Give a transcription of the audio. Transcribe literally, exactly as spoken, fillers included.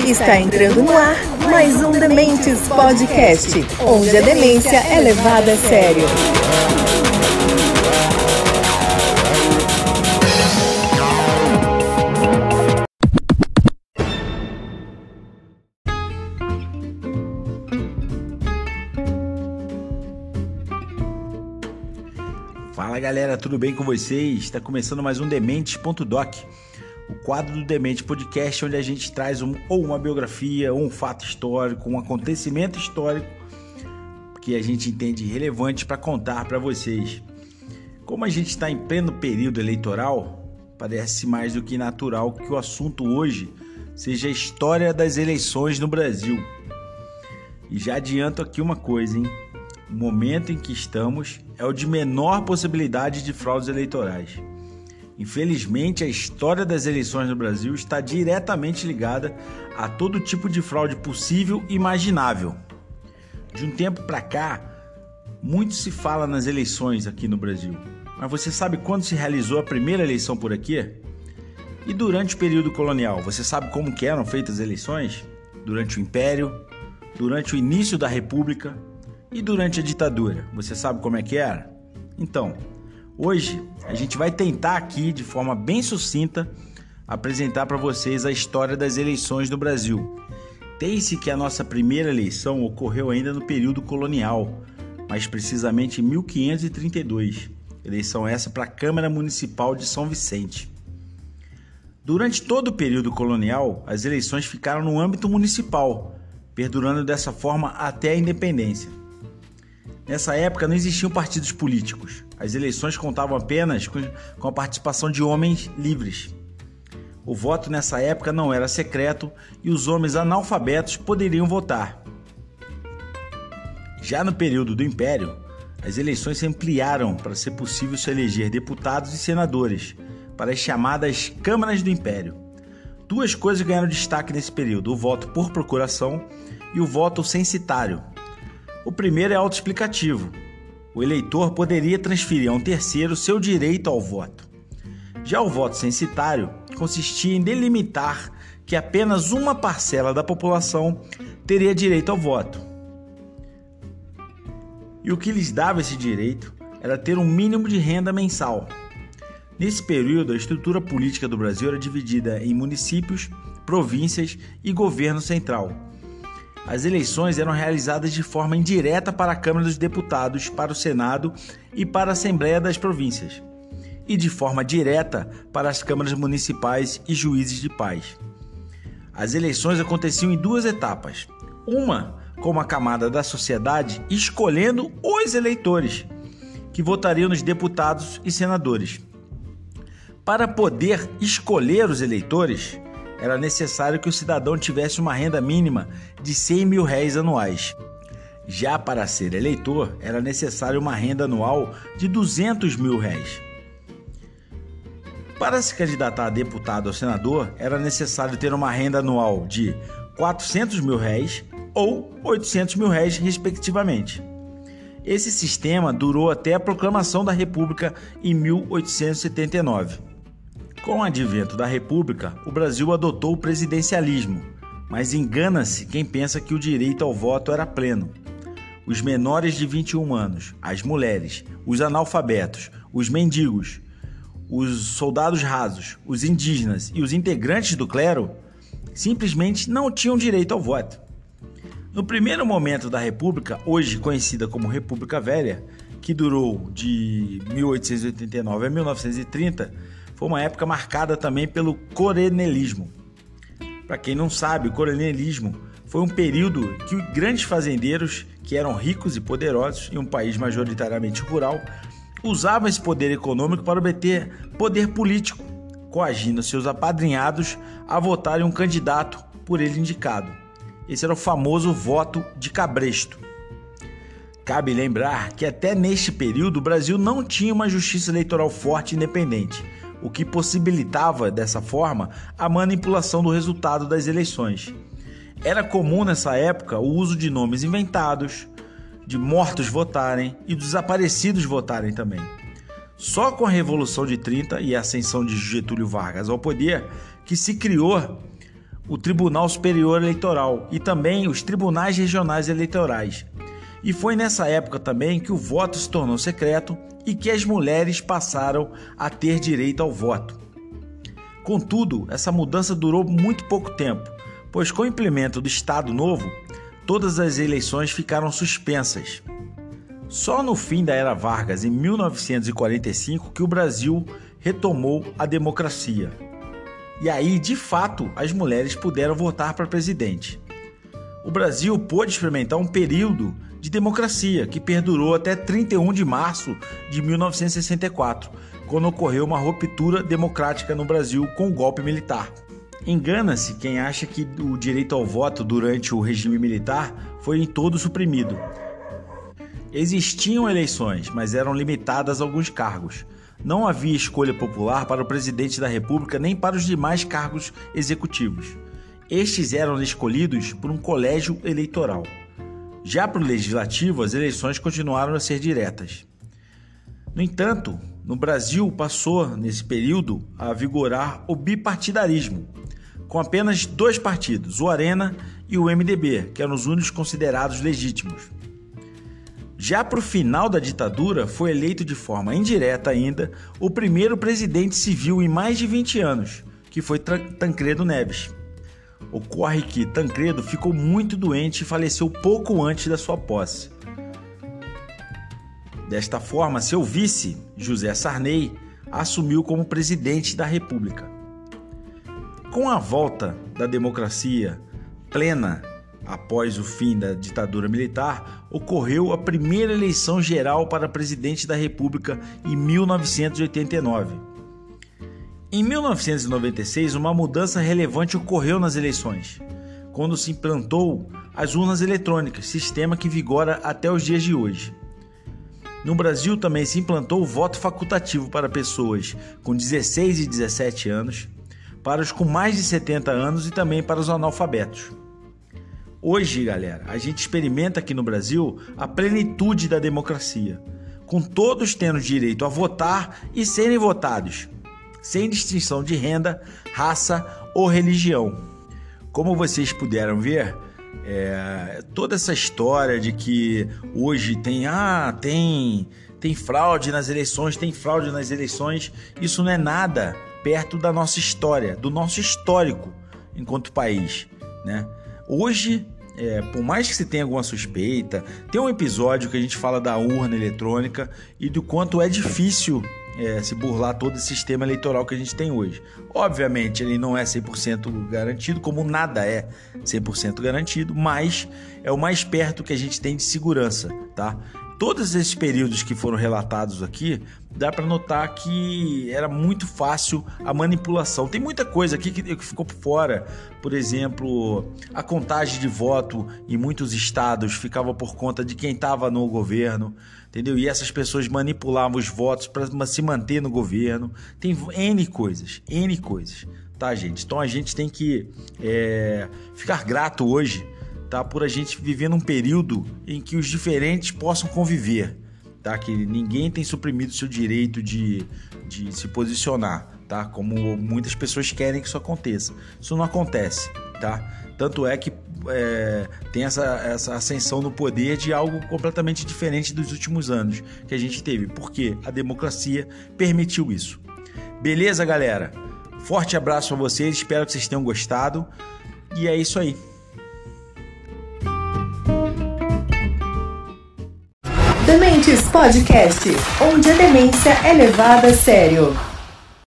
Está entrando no ar mais um Dementes Podcast, onde a demência é levada a sério. Fala galera, tudo bem com vocês? Está começando mais um Dementes.doc, o quadro do Demente Podcast, onde a gente traz um, ou uma biografia, ou um fato histórico, um acontecimento histórico que a gente entende relevante para contar para vocês. Como a gente está em pleno período eleitoral, parece mais do que natural que o assunto hoje seja a história das eleições no Brasil. E já adianto aqui uma coisa, hein? O momento em que estamos é o de menor possibilidade de fraudes eleitorais. Infelizmente, a história das eleições no Brasil está diretamente ligada a todo tipo de fraude possível e imaginável. De um tempo para cá, muito se fala nas eleições aqui no Brasil. Mas você sabe quando se realizou a primeira eleição por aqui? E durante o período colonial, você sabe como que eram feitas as eleições? Durante o Império, durante o início da República e durante a ditadura. Você sabe como é que era? Então, hoje a gente vai tentar aqui, de forma bem sucinta, apresentar para vocês a história das eleições no Brasil. Tem-se que a nossa primeira eleição ocorreu ainda no período colonial, mais precisamente em mil quinhentos e trinta e dois. Eleição essa para a Câmara Municipal de São Vicente. Durante todo o período colonial, as eleições ficaram no âmbito municipal, perdurando dessa forma até a independência. Nessa época não existiam partidos políticos. As eleições contavam apenas com a participação de homens livres. O voto nessa época não era secreto e os homens analfabetos poderiam votar. Já no período do Império, as eleições se ampliaram para ser possível se eleger deputados e senadores para as chamadas Câmaras do Império. Duas coisas ganharam destaque nesse período: o voto por procuração e o voto censitário. O primeiro é autoexplicativo. O eleitor poderia transferir a um terceiro seu direito ao voto. Já o voto censitário consistia em delimitar que apenas uma parcela da população teria direito ao voto. E o que lhes dava esse direito era ter um mínimo de renda mensal. Nesse período, a estrutura política do Brasil era dividida em municípios, províncias e governo central. As eleições eram realizadas de forma indireta para a Câmara dos Deputados, para o Senado e para a Assembleia das Províncias, e de forma direta para as câmaras municipais e juízes de paz. As eleições aconteciam em duas etapas: uma com uma camada da sociedade escolhendo os eleitores, que votariam nos deputados e senadores. Para poder escolher os eleitores, era necessário que o cidadão tivesse uma renda mínima de cem mil réis anuais. Já para ser eleitor, era necessário uma renda anual de duzentos mil réis. Para se candidatar a deputado ou senador, era necessário ter uma renda anual de quatrocentos mil réis ou oitocentos mil réis, respectivamente. Esse sistema durou até a proclamação da República em mil oitocentos e setenta e nove. Com o advento da República, o Brasil adotou o presidencialismo, mas engana-se quem pensa que o direito ao voto era pleno. Os menores de vinte e um anos, as mulheres, os analfabetos, os mendigos, os soldados rasos, os indígenas e os integrantes do clero simplesmente não tinham direito ao voto. No primeiro momento da República, hoje conhecida como República Velha, que durou de mil oitocentos e oitenta e nove a mil novecentos e trinta, foi uma época marcada também pelo coronelismo. Para quem não sabe, o coronelismo foi um período que os grandes fazendeiros, que eram ricos e poderosos em um país majoritariamente rural, usavam esse poder econômico para obter poder político, coagindo seus apadrinhados a votarem um candidato por ele indicado. Esse era o famoso voto de cabresto. Cabe lembrar que até neste período o Brasil não tinha uma justiça eleitoral forte e independente, o que possibilitava, dessa forma, a manipulação do resultado das eleições. Era comum nessa época o uso de nomes inventados, de mortos votarem e desaparecidos votarem também. Só com a Revolução de trinta e a ascensão de Getúlio Vargas ao poder que se criou o Tribunal Superior Eleitoral e também os tribunais regionais eleitorais. E foi nessa época também que o voto se tornou secreto e que as mulheres passaram a ter direito ao voto. Contudo, essa mudança durou muito pouco tempo, pois com o implemento do Estado Novo, todas as eleições ficaram suspensas. Só no fim da Era Vargas, em mil novecentos e quarenta e cinco, que o Brasil retomou a democracia. E aí, de fato, as mulheres puderam votar para presidente. O Brasil pôde experimentar um período de democracia que perdurou até trinta e um de março de mil novecentos e sessenta e quatro, quando ocorreu uma ruptura democrática no Brasil com o golpe militar. Engana-se quem acha que o direito ao voto durante o regime militar foi em todo suprimido. Existiam eleições, mas eram limitadas a alguns cargos. Não havia escolha popular para o presidente da República nem para os demais cargos executivos. Estes eram escolhidos por um colégio eleitoral. Já para o legislativo, as eleições continuaram a ser diretas. No entanto, no Brasil passou, nesse período, a vigorar o bipartidarismo, com apenas dois partidos, o Arena e o M D B, que eram os únicos considerados legítimos. Já para o final da ditadura, foi eleito de forma indireta ainda o primeiro presidente civil em mais de vinte anos, que foi Tancredo Neves. Ocorre que Tancredo ficou muito doente e faleceu pouco antes da sua posse. Desta forma, seu vice, José Sarney, assumiu como presidente da República. Com a volta da democracia plena após o fim da ditadura militar, ocorreu a primeira eleição geral para presidente da República em mil novecentos e oitenta e nove. Em mil novecentos e noventa e seis, uma mudança relevante ocorreu nas eleições, quando se implantou as urnas eletrônicas, sistema que vigora até os dias de hoje. No Brasil também se implantou o voto facultativo para pessoas com dezesseis e dezessete anos, para os com mais de setenta anos e também para os analfabetos. Hoje, galera, a gente experimenta aqui no Brasil a plenitude da democracia, com todos tendo direito a votar e serem votados, sem distinção de renda, raça ou religião. Como vocês puderam ver, é, toda essa história de que hoje tem, ah, tem, tem fraude nas eleições, tem fraude nas eleições, isso não é nada perto da nossa história, do nosso histórico enquanto país, né? Hoje, é, por mais que se tenha alguma suspeita, tem um episódio que a gente fala da urna eletrônica e do quanto é difícil é, se burlar todo esse sistema eleitoral que a gente tem hoje. Obviamente, ele não é cem por cento garantido, como nada é cem por cento garantido, mas é o mais perto que a gente tem de segurança, tá? Todos esses períodos que foram relatados aqui, dá para notar que era muito fácil a manipulação. Tem muita coisa aqui que, que ficou por fora. Por exemplo, a contagem de voto em muitos estados ficava por conta de quem estava no governo, entendeu? E essas pessoas manipulavam os votos para se manter no governo. Tem N coisas, N coisas, tá, gente? Então a gente tem que é, ficar grato hoje, tá, por a gente viver num período em que os diferentes possam conviver, tá, que ninguém tem suprimido o seu direito de, de se posicionar, tá, como muitas pessoas querem que isso aconteça. Isso não acontece, tá? Tanto é que é, tem essa, essa ascensão no poder de algo completamente diferente dos últimos anos que a gente teve, porque a democracia permitiu isso. Beleza, galera? Forte abraço a vocês, espero que vocês tenham gostado e é isso aí. Dementes Podcast, onde a demência é levada a sério.